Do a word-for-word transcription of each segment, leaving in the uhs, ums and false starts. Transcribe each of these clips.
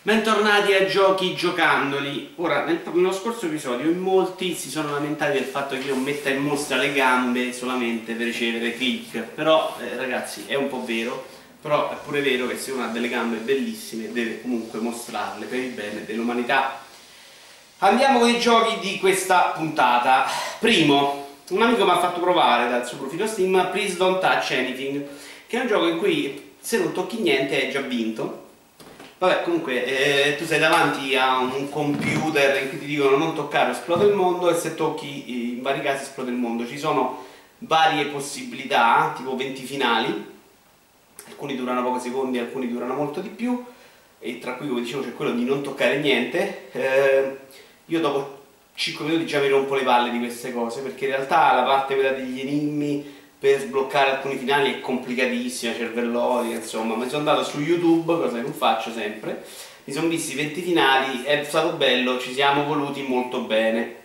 Bentornati a Giochi Giocandoli. Ora, nel, nello scorso episodio in molti si sono lamentati del fatto che io metta in mostra le gambe solamente per ricevere click. Però, eh, ragazzi, è un po' vero. Però è pure vero che se uno ha delle gambe bellissime deve comunque mostrarle per il bene dell'umanità. Andiamo con i giochi di questa puntata. Primo, un amico mi ha fatto provare dal suo profilo Steam Please Don't Touch Anything, che è un gioco in cui se non tocchi niente hai già vinto. Vabbè, comunque eh, tu sei davanti a un computer in cui ti dicono non toccare, esplode il mondo, e se tocchi in vari casi esplode il mondo. Ci sono varie possibilità, tipo venti finali, alcuni durano pochi secondi, alcuni durano molto di più, e tra cui, come dicevo, c'è quello di non toccare niente. Eh, io dopo cinque minuti già mi rompo le palle di queste cose, perché in realtà la parte quella degli enigmi per sbloccare alcuni finali è complicatissima, cervellotica, insomma. Mi sono andato su YouTube, cosa che non faccio sempre, mi sono visti venti finali, è stato bello, ci siamo voluti molto bene.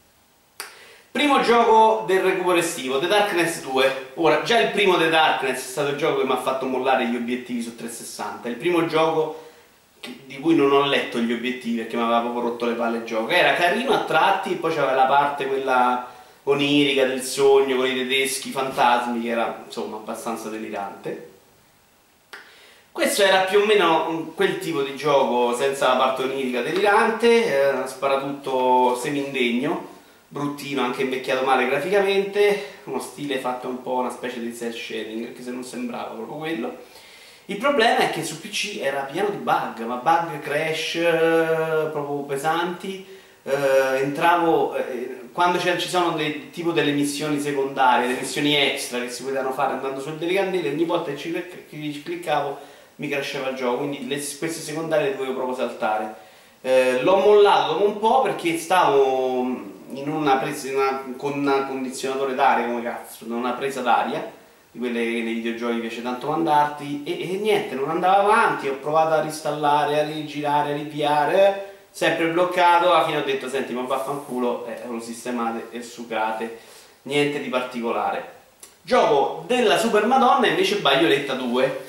Primo gioco del recupero estivo, The Darkness due. Ora, già il primo The Darkness è stato il gioco che mi ha fatto mollare gli obiettivi su trecentosessanta, il primo gioco di cui non ho letto gli obiettivi perché mi aveva proprio rotto le palle il gioco. Era carino a tratti, poi c'aveva la parte quella onirica del sogno con i tedeschi fantasmi, che era insomma abbastanza delirante. Questo era più o meno quel tipo di gioco senza la parte onirica delirante, eh, sparatutto semi-indegno, bruttino, anche invecchiato male graficamente, uno stile fatto un po' una specie di cel shading, anche se non sembrava proprio quello. Il problema è che su P C era pieno di bug, ma bug, crash eh, proprio pesanti. Uh, entravo eh, quando ci sono dei, tipo delle missioni secondarie, delle missioni extra che si potevano fare andando sul telecandele, ogni volta che ci, che ci cliccavo mi crashava il gioco, quindi le, queste secondarie le dovevo proprio saltare. Uh, l'ho mollato dopo un po' perché stavo in una presa in una, con un condizionatore d'aria, come cazzo, una presa d'aria di quelle che nei videogiochi piace tanto mandarti, e, e niente, non andava avanti. Ho provato a ristallare, a rigirare, a ripiare, sempre bloccato. Alla fine ho detto: senti, ma vaffanculo, eh, lo sistemate e sucate, niente di particolare. Gioco della Super Madonna invece Bayonetta due.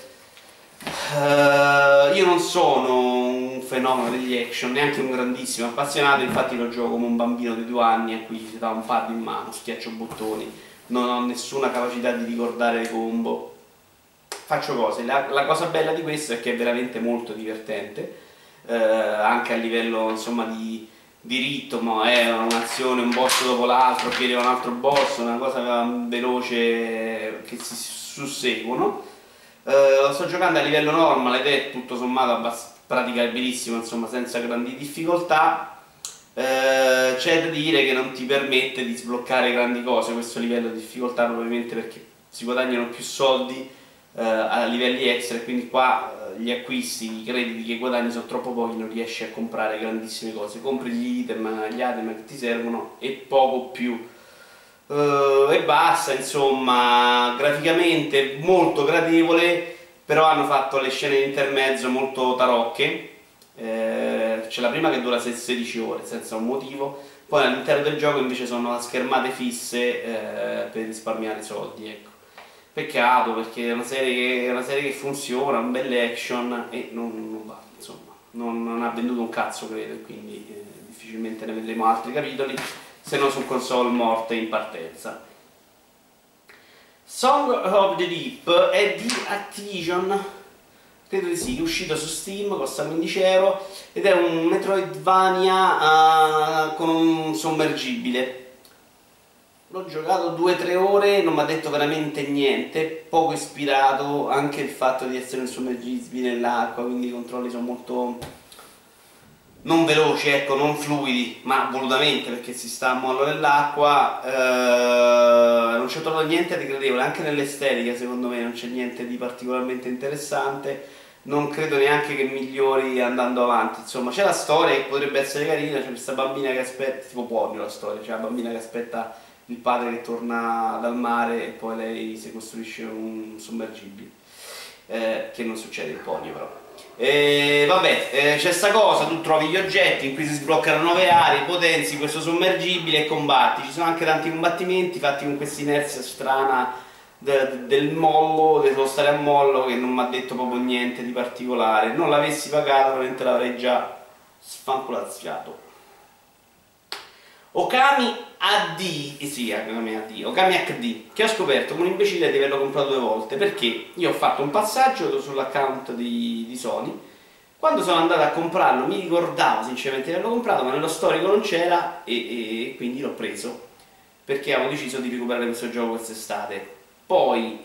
Uh, io non sono un fenomeno degli action, neanche un grandissimo appassionato, infatti lo gioco come un bambino di due anni a cui si dà un pad in mano, schiaccio bottoni, non ho nessuna capacità di ricordare le combo, faccio cose. La, la cosa bella di questo è che è veramente molto divertente. Eh, anche a livello insomma di, di ritmo, è eh, un'azione, un boss dopo l'altro, poi arriva un altro boss, una cosa veloce che si susseguono. Eh, lo sto giocando a livello normale ed è tutto sommato praticabilissimo, insomma, senza grandi difficoltà. Eh, c'è da dire che non ti permette di sbloccare grandi cose questo livello di difficoltà, probabilmente perché si guadagnano più soldi eh, a livelli extra, e quindi qua gli acquisti, i crediti che guadagni sono troppo pochi, non riesci a comprare grandissime cose, compri gli item, gli item che ti servono e poco più, uh, e basta. Insomma, graficamente molto gradevole, però hanno fatto le scene di intermezzo molto tarocche. Eh, c'è la prima che dura sedici ore senza un motivo, poi all'interno del gioco invece sono schermate fisse eh, per risparmiare soldi, ecco. Peccato, perché è una serie che, è una serie che funziona, un bel action, e non, non va, insomma, non, non ha venduto un cazzo, credo, e quindi eh, difficilmente ne vedremo altri capitoli, se non su console morte in partenza. Song of the Deep è di Activision, credo di sì, è uscito su Steam, costa quindici euro, ed è un Metroidvania uh, con un sommergibile. L'ho giocato due tre ore, non mi ha detto veramente niente, poco ispirato, anche il fatto di essere sommergibile nell'acqua, quindi i controlli sono molto non veloci, ecco, non fluidi, ma volutamente, perché si sta a mollo nell'acqua. Eh, non c'è trovato niente di credibile, anche nell'estetica secondo me non c'è niente di particolarmente interessante, non credo neanche che migliori andando avanti. Insomma, c'è la storia che potrebbe essere carina, c'è questa bambina che aspetta, tipo porno la storia, c'è la bambina che aspetta il padre che torna dal mare e poi lei si costruisce un sommergibile, eh, che non succede in Ponio però. E vabbè, eh, c'è sta cosa, tu trovi gli oggetti in cui si sbloccano nuove aree, potenzi questo sommergibile e combatti. Ci sono anche tanti combattimenti fatti con questa inerzia strana de, del mollo, dello stare a mollo, che non mi ha detto proprio niente di particolare. Non l'avessi pagato veramente l'avrei già sfanculazziato. Okami A D, eh sì, Okami A D, Okami H D, che ho scoperto come un imbecille di averlo comprato due volte, perché io ho fatto un passaggio sull'account di, di Sony. Quando sono andato a comprarlo mi ricordavo sinceramente di averlo comprato, ma nello storico non c'era e, e quindi l'ho preso, perché avevo deciso di recuperare questo gioco quest'estate. Poi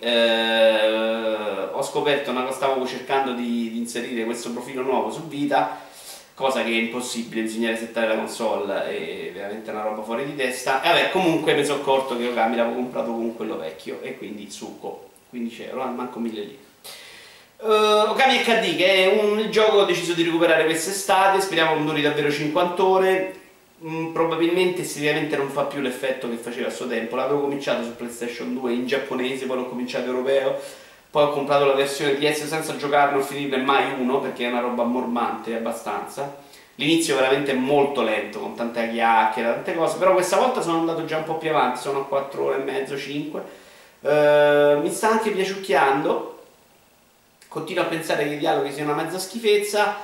eh, ho scoperto una cosa, stavo cercando di, di inserire questo profilo nuovo su Vita, cosa che è impossibile, bisogna resettare la console, è veramente una roba fuori di testa. E vabbè, comunque mi sono accorto che Okami l'avevo comprato con quello vecchio e quindi succo, quindici euro, manco mille lire. Uh, Okami H D, che è un gioco che ho deciso di recuperare quest'estate, speriamo che duri davvero cinquanta ore. Mm, probabilmente esteticamente non fa più l'effetto che faceva a suo tempo. L'avevo cominciato su PlayStation due in giapponese, poi l'ho cominciato europeo, poi ho comprato la versione D S senza giocarlo, non finirne mai uno perché è una roba mormante abbastanza. L'inizio è veramente molto lento, con tante chiacchiere, tante cose, però questa volta sono andato già un po' più avanti, sono a quattro ore e mezzo, cinque. Uh, mi sta anche piaciucchiando. Continuo a pensare che i dialoghi siano una mezza schifezza,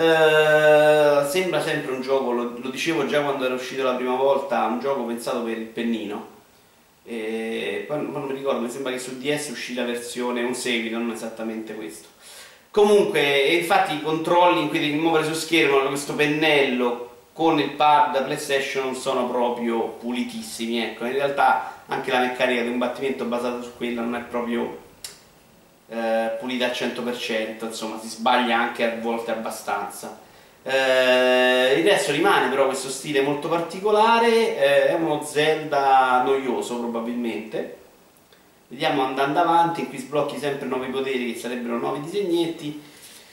eh, sembra sempre un gioco, lo, lo dicevo già quando era uscito la prima volta, un gioco pensato per il pennino. E poi non mi ricordo, mi sembra che su D S uscì la versione, un seguito, non esattamente questo. Comunque, e infatti i controlli in cui devi muovere su schermo, questo pennello con il pad da PlayStation non sono proprio pulitissimi, ecco, in realtà anche la meccanica di un combattimento basata su quella non è proprio Eh, pulita al cento per cento, insomma si sbaglia anche a volte abbastanza. Eh, il resto rimane però questo stile molto particolare, eh, è uno Zelda noioso probabilmente. Vediamo andando avanti, in cui sblocchi sempre nuovi poteri che sarebbero nuovi disegnetti.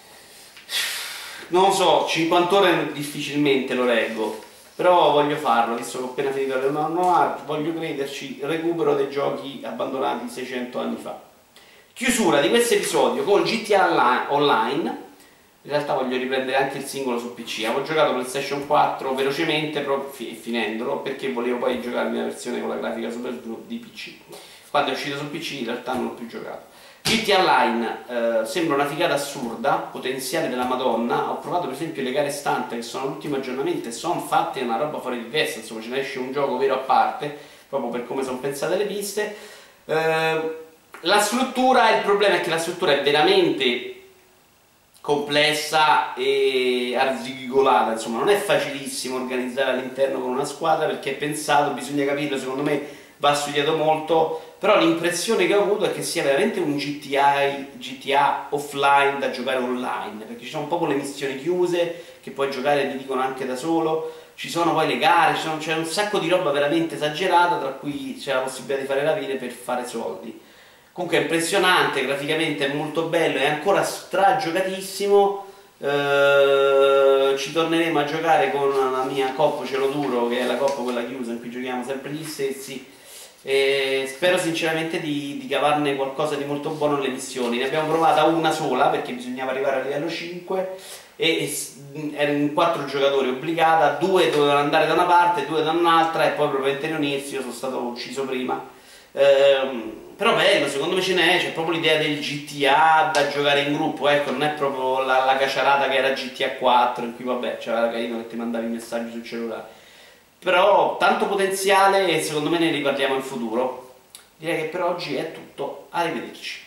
Non lo so, cinquanta ore difficilmente lo reggo, però voglio farlo, visto che ho appena finito Leonardo Noir, voglio crederci, recupero dei giochi abbandonati seicento anni fa. Chiusura di questo episodio con G T A Online. In realtà voglio riprendere anche il singolo su P C. Avevo giocato PlayStation quattro velocemente, però finendolo, perché volevo poi giocarmi la versione con la grafica super di P C. Quando è uscito su P C in realtà non l'ho più giocato. G T A Online eh, sembra una figata assurda, potenziale della Madonna. Ho provato per esempio le gare stunt, che sono l'ultimo aggiornamento e sono fatte una roba fuori di testa, insomma ce ne esce un gioco vero a parte, proprio per come sono pensate le piste. Eh, La struttura, il problema è che la struttura è veramente complessa e arzigogolata, insomma non è facilissimo organizzare all'interno con una squadra perché è pensato, bisogna capirlo, secondo me va studiato molto, però l'impressione che ho avuto è che sia veramente un G T A, G T A offline da giocare online, perché ci sono proprio le missioni chiuse che puoi giocare, ti dicono anche da solo, ci sono poi le gare, c'è un sacco di roba veramente esagerata, tra cui c'è la possibilità di fare la rapine per fare soldi. Comunque è impressionante, graficamente è molto bello, è ancora stragiocatissimo, eh, ci torneremo a giocare con la mia coppa Cielo Duro, che è la coppa quella chiusa in cui giochiamo sempre gli stessi, e spero sinceramente di, di cavarne qualcosa di molto buono nelle missioni. Ne abbiamo provata una sola perché bisognava arrivare a livello cinque e, e erano in quattro giocatori obbligata, due dovevano andare da una parte, due da un'altra e poi proprio per riunirsi, io sono stato ucciso prima. Ehm, però bello, secondo me ce n'è, c'è proprio l'idea del G T A da giocare in gruppo, ecco, non è proprio la, la caciarata che era G T A quattro, in cui vabbè c'era carino che ti mandavi i messaggi sul cellulare. Però tanto potenziale e secondo me ne riparliamo in futuro. Direi che per oggi è tutto, arrivederci.